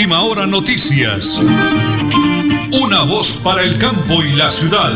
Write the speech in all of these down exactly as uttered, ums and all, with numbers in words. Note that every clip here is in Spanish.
Última Hora Noticias. Una voz para el campo y la ciudad.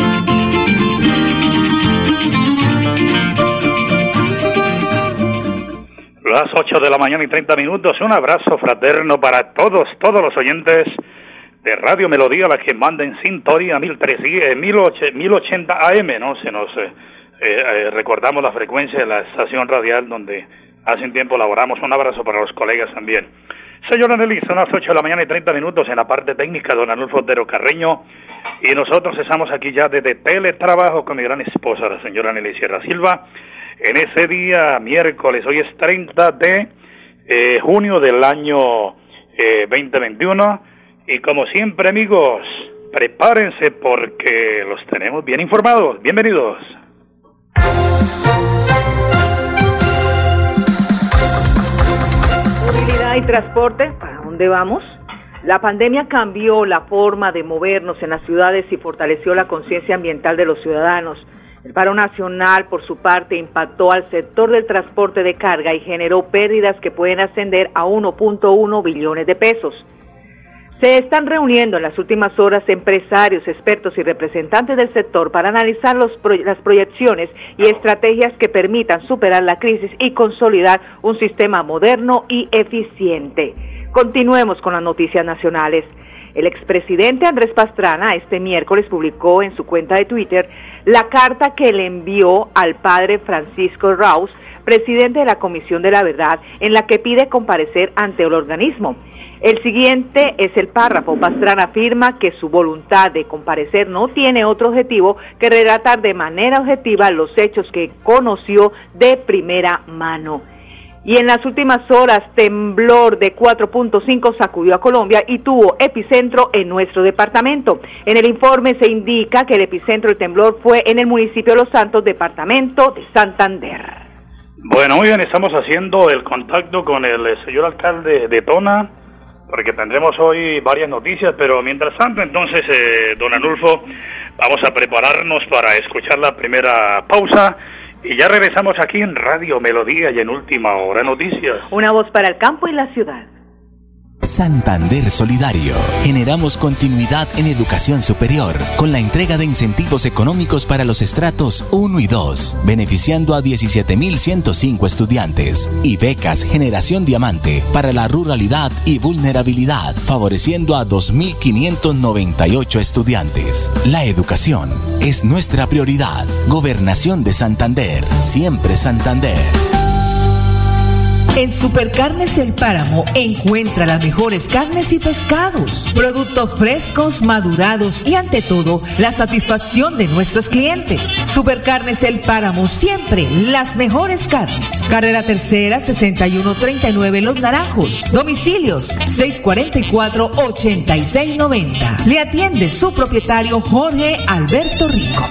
Las ocho de la mañana y treinta minutos. Un abrazo fraterno para todos, todos los oyentes de Radio Melodía, la que manda en sintonía mil ochenta A M, ¿no? Se nos eh, eh, recordamos la frecuencia de la estación radial donde hace un tiempo laboramos. Un abrazo para los colegas también. Señora Nelly, son las ocho de la mañana y treinta minutos en la parte técnica, don Arnulfo Otero Carreño, y nosotros estamos aquí ya desde teletrabajo con mi gran esposa, la señora Nelly Sierra Silva, en ese día miércoles. Hoy es treinta de eh, junio del año eh, veinte veintiuno, y como siempre, amigos, prepárense porque los tenemos bien informados. Bienvenidos. Movilidad y transporte, ¿para dónde vamos? La pandemia cambió la forma de movernos en las ciudades y fortaleció la conciencia ambiental de los ciudadanos. El paro nacional, por su parte, impactó al sector del transporte de carga y generó pérdidas que pueden ascender a uno punto uno billones de pesos. Se están reuniendo en las últimas horas empresarios, expertos y representantes del sector para analizar los pro- las proyecciones y estrategias que permitan superar la crisis y consolidar un sistema moderno y eficiente. Continuemos con las noticias nacionales. El expresidente Andrés Pastrana este miércoles publicó en su cuenta de Twitter la carta que le envió al padre Francisco Raus, presidente de la Comisión de la Verdad, en la que pide comparecer ante el organismo. El siguiente es el párrafo. Pastrana afirma que su voluntad de comparecer no tiene otro objetivo que relatar de manera objetiva los hechos que conoció de primera mano. Y en las últimas horas, temblor de cuatro punto cinco sacudió a Colombia y tuvo epicentro en nuestro departamento. En el informe se indica que el epicentro del temblor fue en el municipio de Los Santos, departamento de Santander. Bueno, muy bien, estamos haciendo el contacto con el señor alcalde de Tona, porque tendremos hoy varias noticias, pero mientras tanto, entonces, eh, don Arnulfo, vamos a prepararnos para escuchar la primera pausa. Y ya regresamos aquí en Radio Melodía y en Última Hora Noticias. Una voz para el campo y la ciudad. Santander Solidario. Generamos continuidad en educación superior con la entrega de incentivos económicos para los estratos uno y dos, beneficiando a diecisiete mil ciento cinco estudiantes, y becas Generación Diamante para la ruralidad y vulnerabilidad, favoreciendo a dos mil quinientos noventa y ocho estudiantes. La educación es nuestra prioridad. Gobernación de Santander, siempre Santander. En Supercarnes El Páramo encuentra las mejores carnes y pescados, productos frescos, madurados y ante todo la satisfacción de nuestros clientes. Supercarnes El Páramo, siempre las mejores carnes. Carrera Tercera sesenta y uno treinta y nueve Los Naranjos. Domicilios seis cuarenta y cuatro ochenta y seis noventa. Le atiende su propietario Jorge Alberto Rico.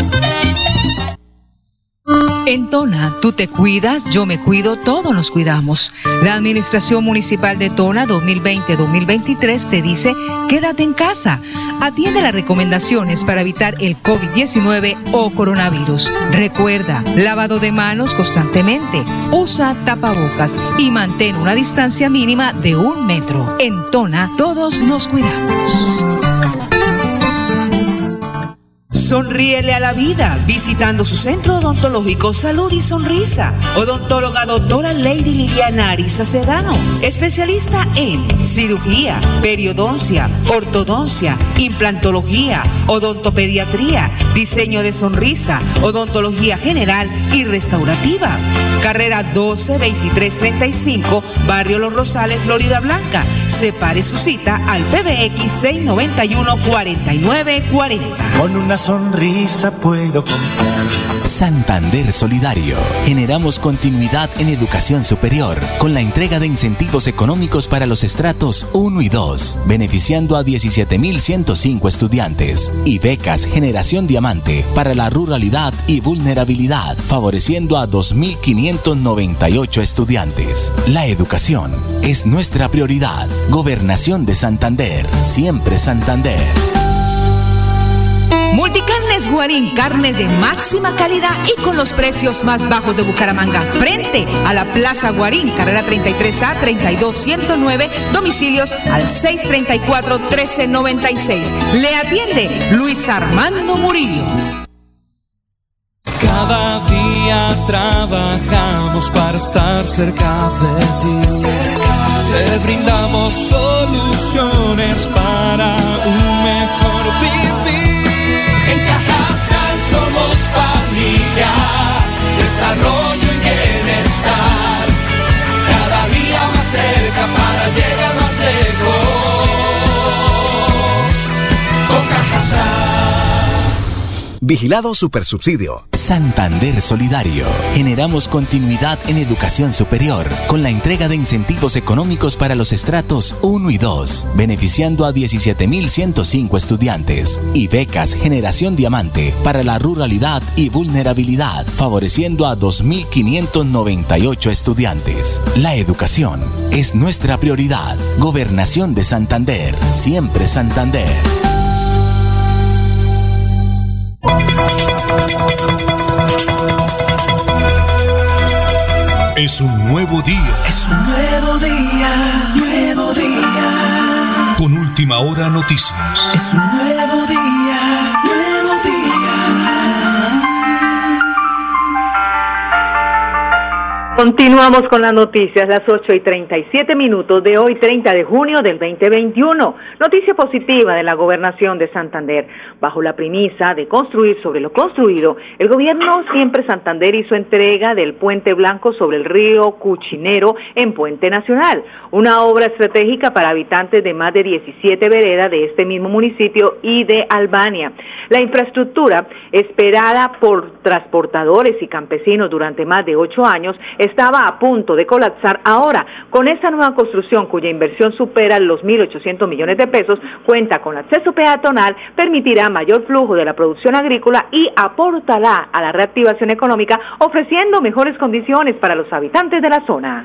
En Tona, tú te cuidas, yo me cuido, todos nos cuidamos. La Administración Municipal de Tona dos mil veinte a dos mil veintitrés te dice, quédate en casa. Atiende las recomendaciones para evitar el COVID diecinueve o coronavirus. Recuerda, lavado de manos constantemente, usa tapabocas y mantén una distancia mínima de un metro. En Tona, todos nos cuidamos. Sonríele a la vida visitando su centro odontológico Salud y Sonrisa. Odontóloga doctora Lady Liliana Ariza Sedano, especialista en cirugía, periodoncia, ortodoncia, implantología, odontopediatría, diseño de sonrisa, odontología general y restaurativa. Carrera doce veintitrés treinta y cinco, Barrio Los Rosales, Florida Blanca. Separe su cita al P B X seis noventa y uno cuarenta y nueve cuarenta. Con una sonrisa puedo comprar. Santander Solidario. Generamos continuidad en educación superior con la entrega de incentivos económicos para los estratos uno y dos, beneficiando a diecisiete mil ciento cinco estudiantes, y becas Generación Diamante para la ruralidad y vulnerabilidad, favoreciendo a dos mil quinientos noventa y ocho estudiantes. La educación es nuestra prioridad. Gobernación de Santander, siempre Santander. Multicarnes es Guarín, carne de máxima calidad y con los precios más bajos de Bucaramanga. Frente a la Plaza Guarín, carrera treinta y tres A, treinta y dos ciento nueve, domicilios al seis treinta y cuatro, trece noventa y seis. Le atiende Luis Armando Murillo. Cada día trabajamos para estar cerca de ti. Te brindamos soluciones para un mejor vivir. En Cajasal somos familia, desarrollo y bienestar. Cada día más cerca para llegar más lejos. Con Cajasal. Vigilado Supersubsidio. Santander Solidario. Generamos continuidad en educación superior con la entrega de incentivos económicos para los estratos uno y dos, beneficiando a diecisiete mil ciento cinco estudiantes, y becas Generación Diamante para la ruralidad y vulnerabilidad, favoreciendo a dos mil quinientos noventa y ocho estudiantes. La educación es nuestra prioridad. Gobernación de Santander. Siempre Santander. Es un nuevo día. Es un nuevo día, nuevo día. Con Última Hora Noticias. Es un nuevo día, nuevo día. Continuamos con las noticias, las ocho y treinta y siete minutos de hoy, treinta de junio del veinte veintiuno. Noticia positiva de la Gobernación de Santander. Bajo la premisa de construir sobre lo construido, el gobierno Siempre Santander hizo entrega del Puente Blanco sobre el río Cuchinero en Puente Nacional, una obra estratégica para habitantes de más de diecisiete veredas de este mismo municipio y de Albania. La infraestructura, esperada por transportadores y campesinos durante más de ocho años, estaba a punto de colapsar. Ahora, con esta nueva construcción, cuya inversión supera los mil ochocientos millones de pesos, cuenta con acceso peatonal, permitirá mayor flujo de la producción agrícola y aportará a la reactivación económica, ofreciendo mejores condiciones para los habitantes de la zona.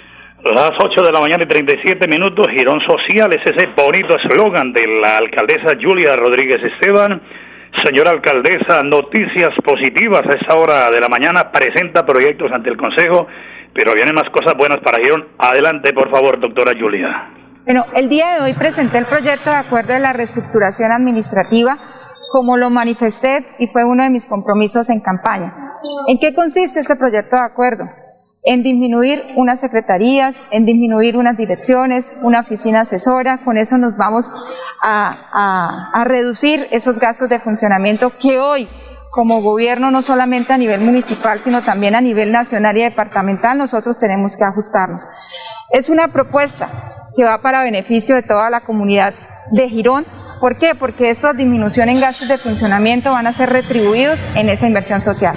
Las ocho de la mañana y treinta y siete minutos, Girón Social es ese bonito eslogan de la alcaldesa Julia Rodríguez Esteban. Señora alcaldesa, noticias positivas a esta hora de la mañana, presenta proyectos ante el Consejo, pero vienen más cosas buenas para Girón. Adelante, por favor, doctora Julia. Bueno, el día de hoy presenté el proyecto de acuerdo de la reestructuración administrativa, como lo manifesté y fue uno de mis compromisos en campaña. ¿En qué consiste este proyecto de acuerdo? En disminuir unas secretarías, en disminuir unas direcciones, una oficina asesora. Con eso nos vamos a, a, a reducir esos gastos de funcionamiento que hoy, como gobierno, no solamente a nivel municipal, sino también a nivel nacional y departamental, nosotros tenemos que ajustarnos. Es una propuesta que va para beneficio de toda la comunidad de Girón. ¿Por qué? Porque estas disminuciones en gastos de funcionamiento van a ser retribuidos en esa inversión social.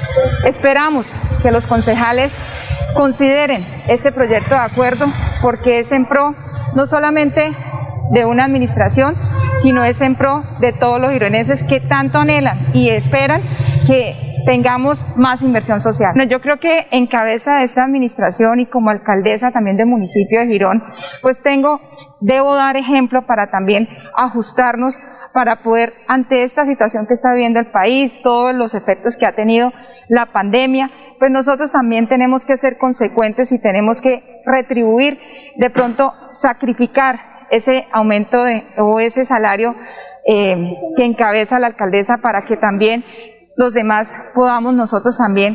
Esperamos que los concejales consideren este proyecto de acuerdo, porque es en pro no solamente de una administración, sino es en pro de todos los gironeses que tanto anhelan y esperan que tengamos más inversión social. Bueno, yo creo que en cabeza de esta administración y como alcaldesa también del municipio de Girón, pues tengo, debo dar ejemplo para también ajustarnos para poder, ante esta situación que está viviendo el país, todos los efectos que ha tenido la pandemia, pues nosotros también tenemos que ser consecuentes y tenemos que retribuir, de pronto sacrificar ese aumento de, o ese salario eh, que encabeza la alcaldesa para que también los demás podamos nosotros también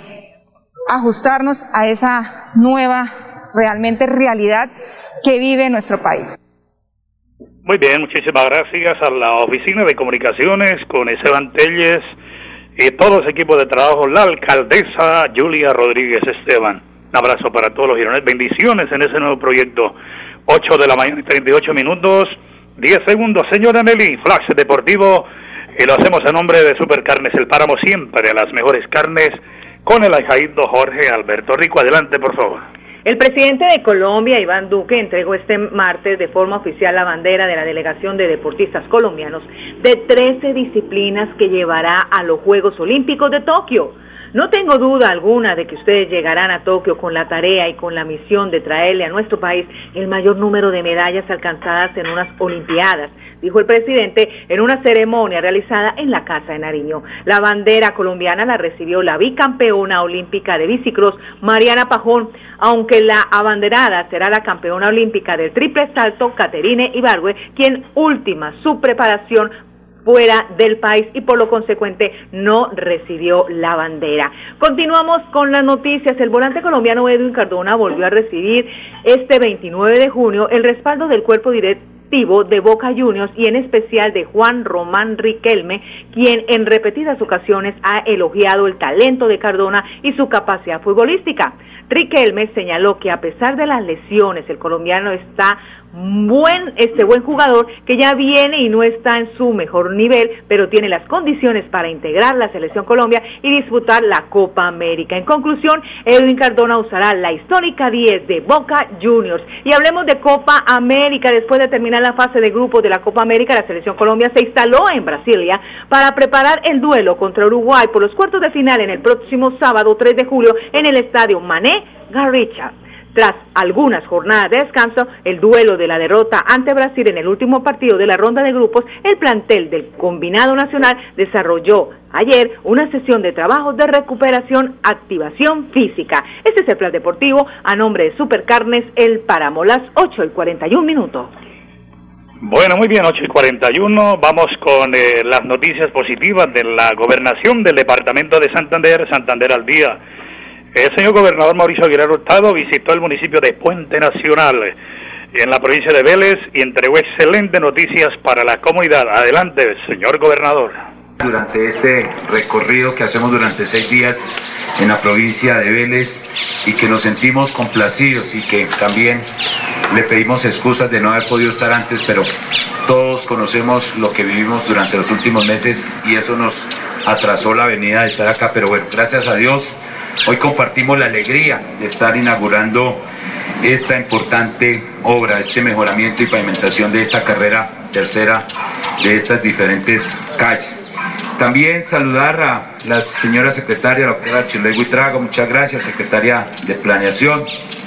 ajustarnos a esa nueva realmente realidad que vive nuestro país. Muy bien, muchísimas gracias a la Oficina de Comunicaciones con Esteban Telles y todo ese equipo de trabajo, la alcaldesa Julia Rodríguez Esteban. Un abrazo para todos los gironeses, bendiciones en ese nuevo proyecto. ocho de la mañana y treinta y ocho minutos, diez segundos, señora Nelly, flash deportivo. Y lo hacemos en nombre de Supercarnes El Páramo, siempre a las mejores carnes, con el ajaído Jorge Alberto Rico. Adelante, por favor. El presidente de Colombia, Iván Duque, entregó este martes de forma oficial la bandera de la delegación de deportistas colombianos de trece disciplinas que llevará a los Juegos Olímpicos de Tokio. No tengo duda alguna de que ustedes llegarán a Tokio con la tarea y con la misión de traerle a nuestro país el mayor número de medallas alcanzadas en unas Olimpiadas, dijo el presidente en una ceremonia realizada en la Casa de Nariño. La bandera colombiana la recibió la bicampeona olímpica de bicicross, Mariana Pajón, aunque la abanderada será la campeona olímpica del triple salto, Caterine Ibargüe, quien última su preparación fuera del país y por lo consecuente no recibió la bandera. Continuamos con las noticias. El volante colombiano Edwin Cardona volvió a recibir este veintinueve de junio el respaldo del cuerpo directivo de Boca Juniors y en especial de Juan Román Riquelme, quien en repetidas ocasiones ha elogiado el talento de Cardona y su capacidad futbolística. Riquelme señaló que a pesar de las lesiones, el colombiano está buen, este buen jugador que ya viene y no está en su mejor nivel, pero tiene las condiciones para integrar la Selección Colombia y disputar la Copa América. En conclusión, Edwin Cardona usará la histórica diez de Boca Juniors. Y hablemos de Copa América. Después de terminar la fase de grupos de la Copa América, la Selección Colombia se instaló en Brasilia para preparar el duelo contra Uruguay por los cuartos de final en el próximo sábado tres de julio en el estadio Mané Garrincha. Tras algunas jornadas de descanso, el duelo de la derrota ante Brasil en el último partido de la ronda de grupos, el plantel del combinado nacional desarrolló ayer una sesión de trabajos de recuperación, activación física. Este es el plan deportivo a nombre de Supercarnes El Páramo, las ocho y cuarenta y un minutos. Bueno, muy bien, ocho y cuarenta y uno, vamos con eh, las noticias positivas de la gobernación del departamento de Santander, Santander al día. El señor gobernador Mauricio Aguilar Hurtado visitó el municipio de Puente Nacional en la provincia de Vélez y entregó excelentes noticias para la comunidad. Adelante, señor gobernador. Durante este recorrido que hacemos durante seis días en la provincia de Vélez y que nos sentimos complacidos y que también le pedimos excusas de no haber podido estar antes, pero todos conocemos lo que vivimos durante los últimos meses y eso nos atrasó la venida de estar acá, pero bueno, gracias a Dios. Hoy compartimos la alegría de estar inaugurando esta importante obra, este mejoramiento y pavimentación de esta carrera tercera de estas diferentes calles. También saludar a la señora secretaria, la doctora Chilegui Trago, muchas gracias, secretaria de Planeación.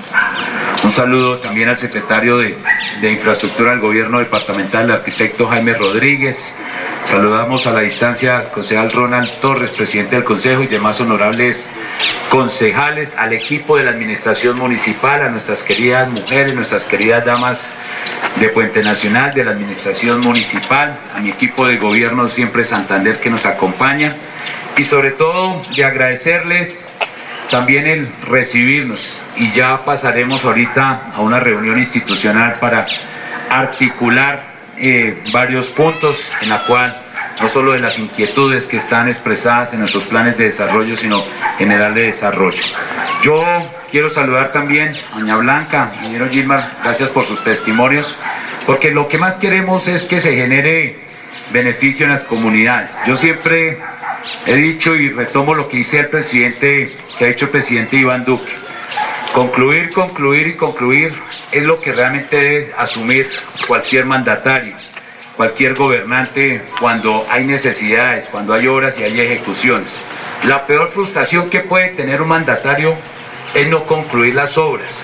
Un saludo también al secretario de, de Infraestructura del Gobierno Departamental, el arquitecto Jaime Rodríguez. Saludamos a la distancia al concejal Ronald Torres, presidente del Consejo, y demás honorables concejales, al equipo de la Administración Municipal, a nuestras queridas mujeres, nuestras queridas damas de Puente Nacional, de la Administración Municipal, a mi equipo de gobierno siempre Santander que nos acompaña, y sobre todo de agradecerles también el recibirnos, y ya pasaremos ahorita a una reunión institucional para articular eh, varios puntos en la cual no solo de las inquietudes que están expresadas en nuestros planes de desarrollo, sino general de desarrollo. Yo quiero saludar también a doña Blanca, ingeniero Gilmar, gracias por sus testimonios, porque lo que más queremos es que se genere beneficio en las comunidades. Yo siempre he dicho y retomo lo que dice el presidente, que ha dicho el presidente Iván Duque. Concluir, concluir y concluir es lo que realmente debe asumir cualquier mandatario, cualquier gobernante cuando hay necesidades, cuando hay obras y hay ejecuciones. La peor frustración que puede tener un mandatario es no concluir las obras,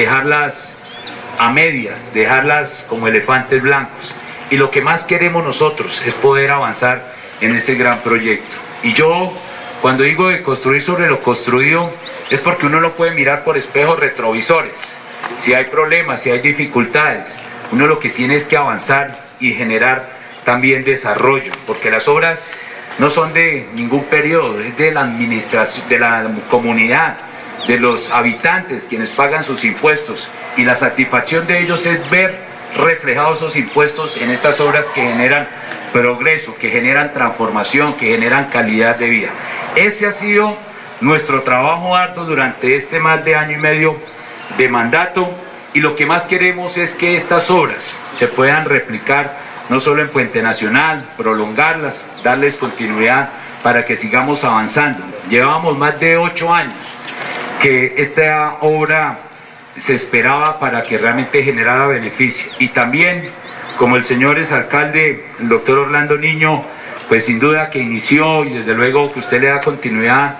dejarlas a medias, dejarlas como elefantes blancos. Y lo que más queremos nosotros es poder avanzar en ese gran proyecto. Y yo, cuando digo de construir sobre lo construido, es porque uno no puede mirar por espejos retrovisores. Si hay problemas, si hay dificultades, uno lo que tiene es que avanzar y generar también desarrollo, porque las obras no son de ningún periodo, es de la administración, de la comunidad, de los habitantes quienes pagan sus impuestos, y la satisfacción de ellos es ver reflejados esos impuestos en estas obras que generan progreso, que generan transformación, que generan calidad de vida. Ese ha sido nuestro trabajo arduo durante este más de año y medio de mandato, y lo que más queremos es que estas obras se puedan replicar no solo en Puente Nacional, prolongarlas, darles continuidad para que sigamos avanzando. Llevábamos más de ocho años que esta obra se esperaba para que realmente generara beneficio, y también como el señor exalcalde, el doctor Orlando Niño, pues sin duda que inició, y desde luego que usted le da continuidad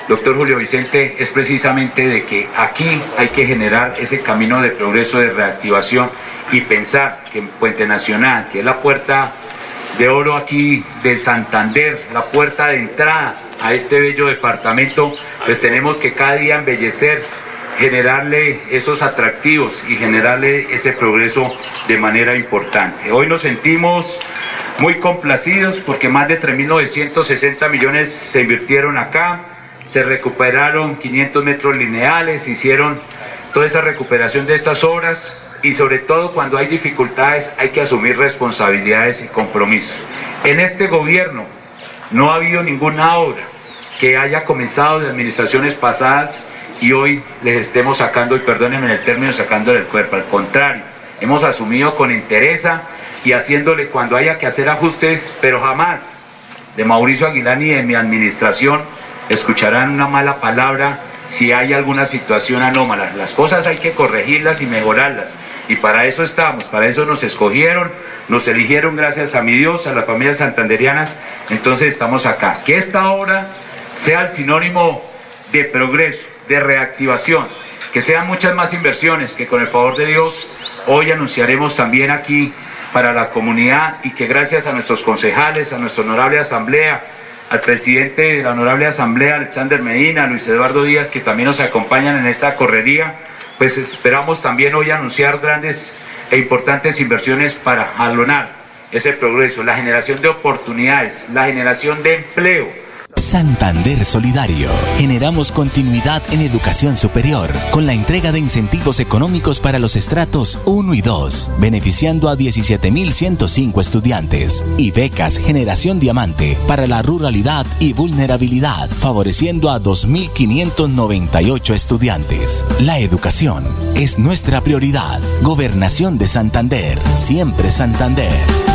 doctor Julio Vicente, es precisamente de que aquí hay que generar ese camino de progreso, de reactivación, y pensar que en Puente Nacional, que es la puerta de oro aquí de Santander, la puerta de entrada a este bello departamento, pues tenemos que cada día embellecer, generarle esos atractivos y generarle ese progreso de manera importante. Hoy nos sentimos muy complacidos porque más de tres mil novecientos sesenta millones se invirtieron acá, se recuperaron quinientos metros lineales, hicieron toda esa recuperación de estas obras, y sobre todo cuando hay dificultades hay que asumir responsabilidades y compromisos. En este gobierno no ha habido ninguna obra que haya comenzado de administraciones pasadas y hoy les estemos sacando, y perdónenme el término, sacando del cuerpo. Al contrario, hemos asumido con entereza y haciéndole cuando haya que hacer ajustes, pero jamás de Mauricio Aguilar ni de mi administración escucharán una mala palabra si hay alguna situación anómala. Las cosas hay que corregirlas y mejorarlas, y para eso estamos, para eso nos escogieron, nos eligieron gracias a mi Dios, a las familias santanderianas, entonces estamos acá. Que esta obra sea el sinónimo de progreso, de reactivación, que sean muchas más inversiones que con el favor de Dios hoy anunciaremos también aquí para la comunidad, y que gracias a nuestros concejales, a nuestra honorable asamblea, al presidente de la honorable asamblea, Alexander Medina, a Luis Eduardo Díaz, que también nos acompañan en esta correría, pues esperamos también hoy anunciar grandes e importantes inversiones para jalonar ese progreso, la generación de oportunidades, la generación de empleo. Santander Solidario. Generamos continuidad en educación superior con la entrega de incentivos económicos para los estratos uno y dos, beneficiando a diecisiete mil ciento cinco estudiantes, y becas Generación Diamante para la ruralidad y vulnerabilidad, favoreciendo a dos mil quinientos noventa y ocho estudiantes. La educación es nuestra prioridad. Gobernación de Santander, siempre Santander.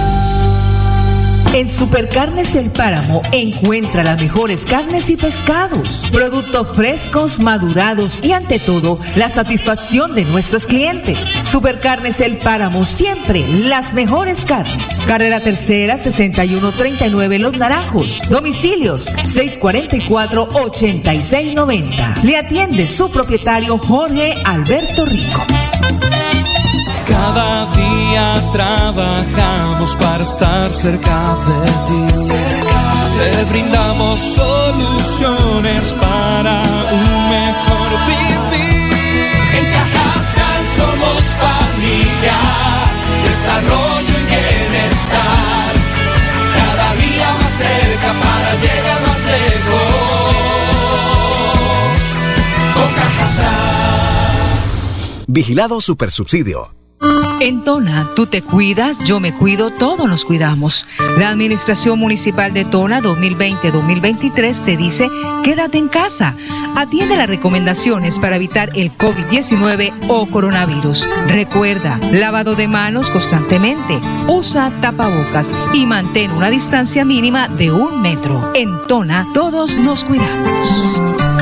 En Supercarnes El Páramo encuentra las mejores carnes y pescados, productos frescos, madurados y ante todo la satisfacción de nuestros clientes. Supercarnes El Páramo, siempre las mejores carnes. Carrera Tercera sesenta y uno treinta y nueve Los Naranjos. Domicilios seis cuarenta y cuatro, ochenta y seis noventa. Le atiende su propietario Jorge Alberto Rico. Cada día trabajamos para estar cerca de ti. Te brindamos soluciones para un mejor vivir. En Cajasal somos familia, desarrollo y bienestar. Cada día más cerca para llegar más lejos. Con Cajasal. Vigilado Supersubsidio. En Tona, tú te cuidas, yo me cuido, todos nos cuidamos. La Administración Municipal de Tona dos mil veinte a dos mil veintitrés te dice, quédate en casa. Atiende las recomendaciones para evitar el COVID diecinueve o coronavirus. Recuerda, lavado de manos constantemente, usa tapabocas y mantén una distancia mínima de un metro. En Tona, todos nos cuidamos.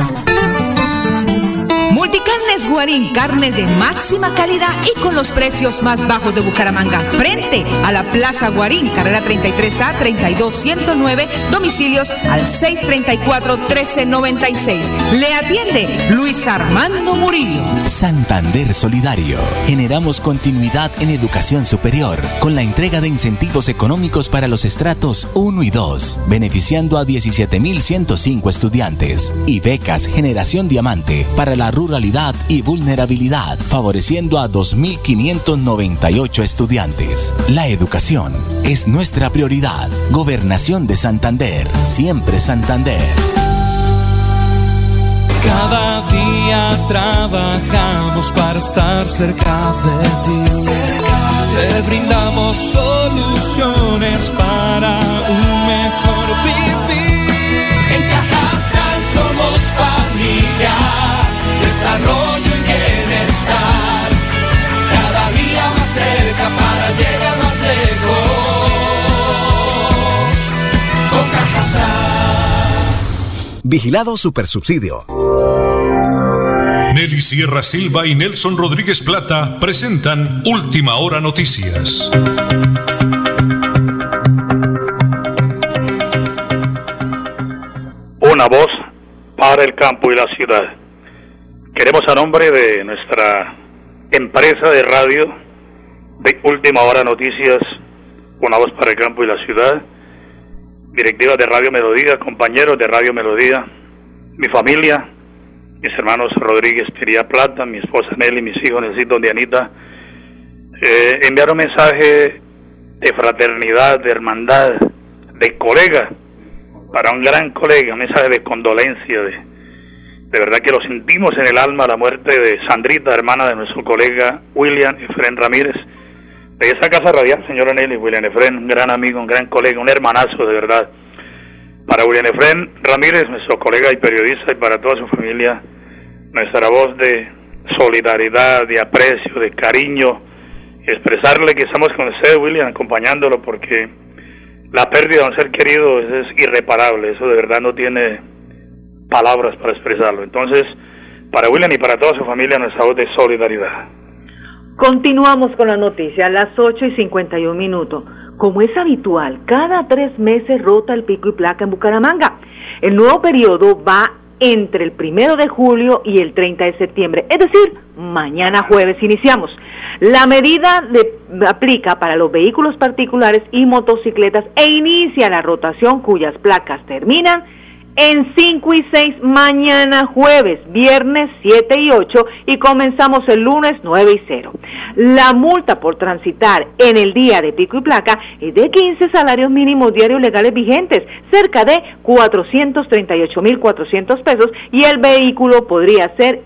Multicarnes Guarín, carne de máxima calidad y con los precios más bajos de Bucaramanga. Frente a la Plaza Guarín, carrera treinta y tres A, treinta y dos ciento nueve, domicilios al seis treinta y cuatro, trece noventa y seis. Le atiende Luis Armando Murillo. Santander Solidario. Generamos continuidad en educación superior con la entrega de incentivos económicos para los estratos uno y dos, beneficiando a diecisiete mil ciento cinco estudiantes, y becas Generación Diamante para la ruralidad y vulnerabilidad, favoreciendo a dos mil quinientos noventa y ocho estudiantes. La educación es nuestra prioridad. Gobernación de Santander, siempre Santander. Cada día trabajamos para estar cerca de ti. Te brindamos soluciones para un mejor vivir. En Cajasal somos familia, desarrollo y bienestar. Cada día más cerca para llegar más lejos. Con Cajasal. Vigilado Supersubsidio. Nelly Sierra Silva y Nelson Rodríguez Plata presentan Última Hora Noticias. Una voz para para el campo y la ciudad. Queremos, a nombre de nuestra empresa de radio de Última Hora Noticias, Una Voz para el Campo y la Ciudad, directivas de Radio Melodía, compañeros de Radio Melodía, mi familia, mis hermanos Rodríguez Pería Plata, mi esposa Nelly, mis hijos Necesito, Dianita, eh, enviar un mensaje de fraternidad, de hermandad, de colega, para un gran colega, un mensaje de condolencia, de, de verdad que lo sentimos en el alma, la muerte de Sandrita, hermana de nuestro colega William Efrén Ramírez, de esa casa radial, señora Nelly. William Efrén, un gran amigo, un gran colega, un hermanazo de verdad. Para William Efrén Ramírez, nuestro colega y periodista, y para toda su familia, nuestra voz de solidaridad, de aprecio, de cariño, expresarle que estamos con usted, William, acompañándolo, porque la pérdida de un ser querido es, es irreparable, eso de verdad no tiene palabras para expresarlo. Entonces, para William y para toda su familia, nuestra voz de solidaridad. Continuamos con la noticia a las ocho y cincuenta y un minutos. Como es habitual, cada tres meses rota el pico y placa en Bucaramanga. El nuevo periodo va entre el primero de julio y el treinta de septiembre, es decir, mañana jueves iniciamos. La medida de, aplica para los vehículos particulares y motocicletas e inicia la rotación cuyas placas terminan en cinco y seis mañana jueves, viernes siete y ocho y comenzamos el lunes nueve y cero. La multa por transitar en el día de pico y placa es de quince salarios mínimos diarios legales vigentes, cerca de cuatrocientos treinta y ocho mil cuatrocientos pesos, y el vehículo podría ser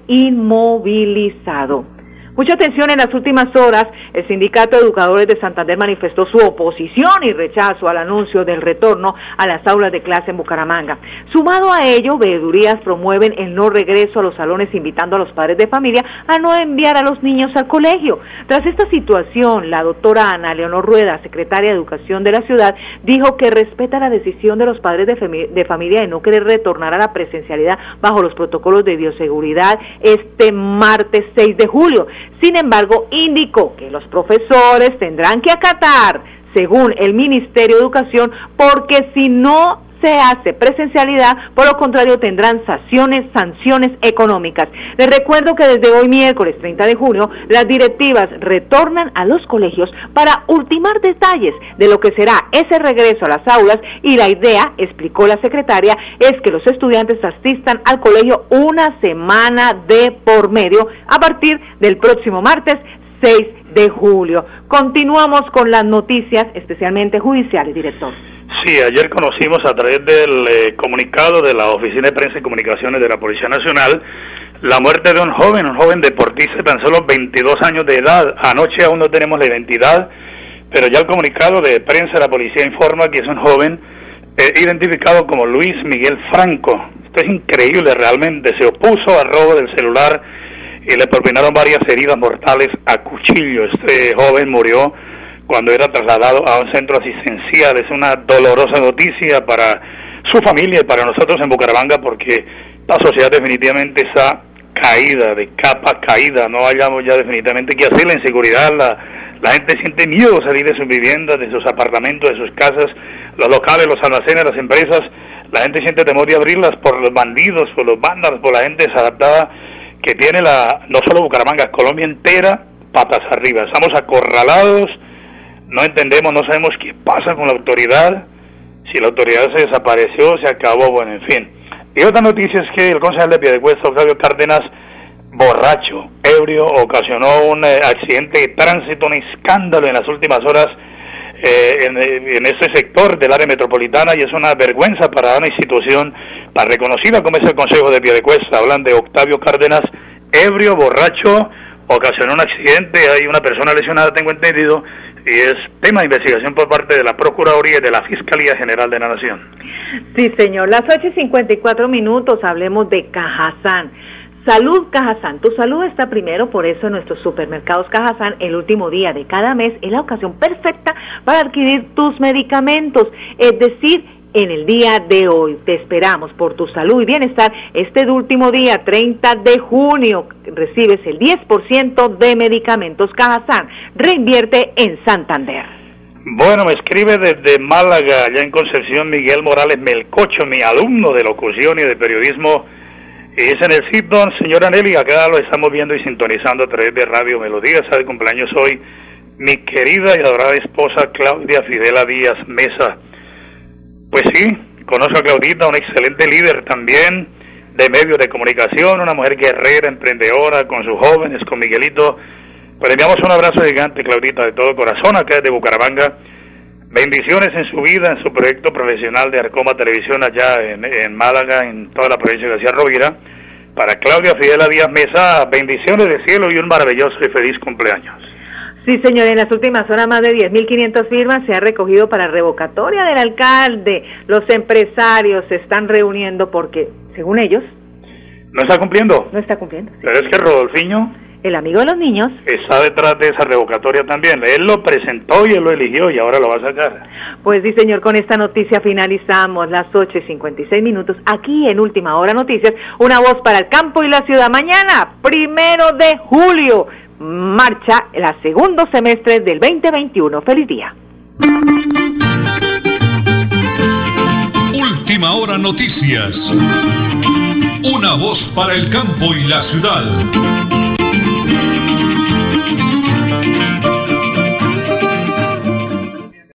inmovilizado. Mucha atención. En las últimas horas, el Sindicato de Educadores de Santander manifestó su oposición y rechazo al anuncio del retorno a las aulas de clase en Bucaramanga. Sumado a ello, veedurías promueven el no regreso a los salones, invitando a los padres de familia a no enviar a los niños al colegio. Tras esta situación, la doctora Ana Leonor Rueda, secretaria de Educación de la ciudad, dijo que respeta la decisión de los padres de, fami- de familia de no querer retornar a la presencialidad bajo los protocolos de bioseguridad este martes seis de julio. Sin embargo, indicó que los profesores tendrán que acatar, según el Ministerio de Educación, porque si no se hace presencialidad, por lo contrario tendrán sanciones, sanciones económicas. Les recuerdo que desde hoy miércoles treinta de junio, las directivas retornan a los colegios para ultimar detalles de lo que será ese regreso a las aulas, y la idea, explicó la secretaria, es que los estudiantes asistan al colegio una semana de por medio a partir del próximo martes seis de julio. Continuamos con las noticias, especialmente judiciales, director. Sí, ayer conocimos a través del eh, comunicado de la Oficina de Prensa y Comunicaciones de la Policía Nacional la muerte de un joven, un joven deportista de tan solo veintidós años de edad. Anoche aún no tenemos la identidad, pero ya el comunicado de prensa de la policía informa que es un joven eh, identificado como Luis Miguel Franco. Esto es increíble realmente. Se opuso al robo del celular y le propinaron varias heridas mortales a cuchillo. Este joven murió cuando era trasladado a un centro asistencial. Es una dolorosa noticia para su familia y para nosotros en Bucaramanga, porque la sociedad definitivamente está caída, de capa caída. No hayamos ya definitivamente que hacer. La inseguridad, la, la gente siente miedo a salir de sus viviendas, de sus apartamentos, de sus casas, los locales, los almacenes, las empresas. La gente siente temor de abrirlas por los bandidos, por los vándalos, por la gente desadaptada que tiene la no solo Bucaramanga, Colombia entera, patas arriba. Estamos acorralados. No entendemos, no sabemos qué pasa con la autoridad, si la autoridad se desapareció, se acabó, bueno, en fin. Y otra noticia es que el concejal de Piedecuesta, Octavio Cárdenas, borracho, ebrio, ocasionó un eh, accidente de tránsito, un escándalo en las últimas horas eh, en, en este sector del área metropolitana, y es una vergüenza para una institución tan reconocida como es el Consejo de Piedecuesta. Hablan de Octavio Cárdenas, ebrio, borracho, ocasionó un accidente, hay una persona lesionada, tengo entendido, y es tema de investigación por parte de la Procuraduría y de la Fiscalía General de la Nación. Sí, señor. Las ocho y cincuenta y cuatro minutos, hablemos de Cajazán. Salud Cajazán, tu salud está primero, por eso en nuestros supermercados Cajazán, el último día de cada mes es la ocasión perfecta para adquirir tus medicamentos, es decir, en el día de hoy. Te esperamos por tu salud y bienestar. Este último día, treinta de junio, recibes el diez por ciento de medicamentos Cajazán. Reinvierte en Santander. Bueno, me escribe desde Málaga, allá en Concepción, Miguel Morales Melcocho, mi alumno de locución y de periodismo Y es en el Sidon, señora Nelly, acá lo estamos viendo y sintonizando a través de Radio Melodía. Está de cumpleaños hoy mi querida y adorada esposa Claudia Fidela Díaz Mesa. Pues sí, conozco a Claudita, una excelente líder también de medios de comunicación, una mujer guerrera, emprendedora, con sus jóvenes, con Miguelito. Pues le enviamos un abrazo gigante, Claudita, de todo corazón, acá desde Bucaramanga. Bendiciones en su vida, en su proyecto profesional de Arcoma Televisión allá en, en Málaga, en toda la provincia de García Rovira. Para Claudia Fidela Díaz Mesa, bendiciones de cielo y un maravilloso y feliz cumpleaños. Sí, señor, en las últimas horas más de diez mil quinientas firmas se han recogido para revocatoria del alcalde. Los empresarios se están reuniendo porque, según ellos... ¿No está cumpliendo? No está cumpliendo. Sí. Pero es que Rodolfiño... El amigo de los niños está detrás de esa revocatoria también. Él lo presentó y él lo eligió y ahora lo va a sacar. Pues sí, señor, con esta noticia finalizamos las ocho y cincuenta y seis minutos. Aquí en Última Hora Noticias, una voz para el campo y la ciudad. Mañana, primero de julio, marcha el segundo semestre del veinte veintiuno. ¡Feliz día! Última Hora Noticias. Una voz para el campo y la ciudad.